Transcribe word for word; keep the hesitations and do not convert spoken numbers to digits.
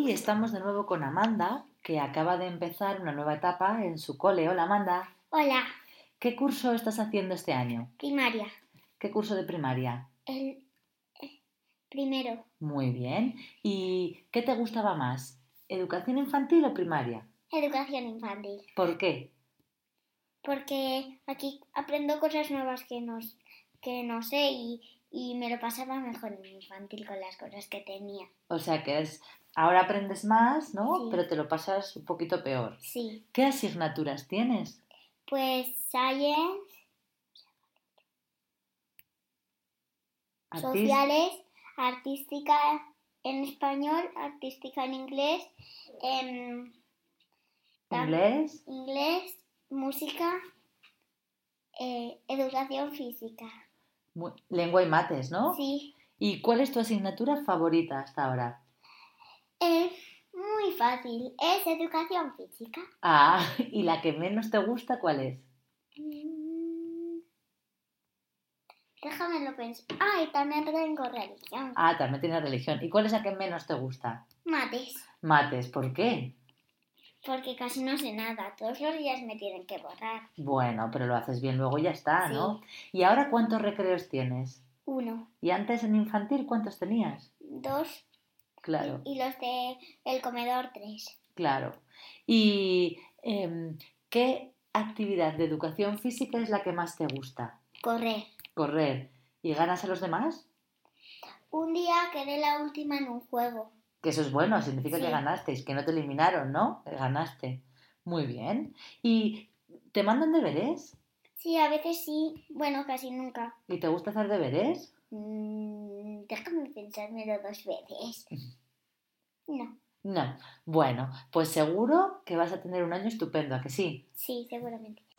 Hoy estamos de nuevo con Amanda, que acaba de empezar una nueva etapa en su cole. Hola, Amanda. Hola. ¿Qué curso estás haciendo este año? Primaria. ¿Qué curso de primaria? El eh, primero. Muy bien. ¿Y qué te gustaba más? ¿Educación infantil o primaria? Educación infantil. ¿Por qué? Porque aquí aprendo cosas nuevas que no, que no sé y, y me lo pasaba mejor en infantil con las cosas que tenía. O sea que es, ahora aprendes más, ¿no? Sí. Pero te lo pasas un poquito peor. Sí. ¿Qué asignaturas tienes? Pues Science, Artis- Sociales, Artística en español, Artística en inglés, em, tam- ¿Inglés? inglés, Música, eh, Educación física. Mu- Lengua y mates, ¿no? Sí. ¿Y cuál es tu asignatura favorita hasta ahora? Es muy fácil, es educación física. Ah, ¿y la que menos te gusta cuál es? Mm, Déjamelo pensar. Ah, y también tengo religión. Ah, también tienes religión. ¿Y cuál es la que menos te gusta? Mates, Mates, ¿por qué? porque casi no sé nada. Todos los días me tienen que borrar. Bueno, pero lo haces bien luego y ya está, Sí. ¿no? ¿Y ahora cuántos recreos tienes? Uno, ¿Y antes en infantil cuántos tenías? dos Claro, y, y los de el comedor tres. claro. ¿Y em, qué actividad de educación física es la que más te gusta? Correr. Correr. ¿Y ganas a los demás? Un día quedé la última en un juego. Que eso es bueno, significa Sí. que ganasteis, que no te eliminaron, ¿no? Que ganaste. Muy bien. ¿Y te mandan deberes? Sí, a veces sí. Bueno, casi nunca. ¿Y te gusta hacer deberes? Mm, déjame pensármelo dos veces. No. No. Bueno, pues seguro que vas a tener un año estupendo, ¿a que sí? Sí, seguramente.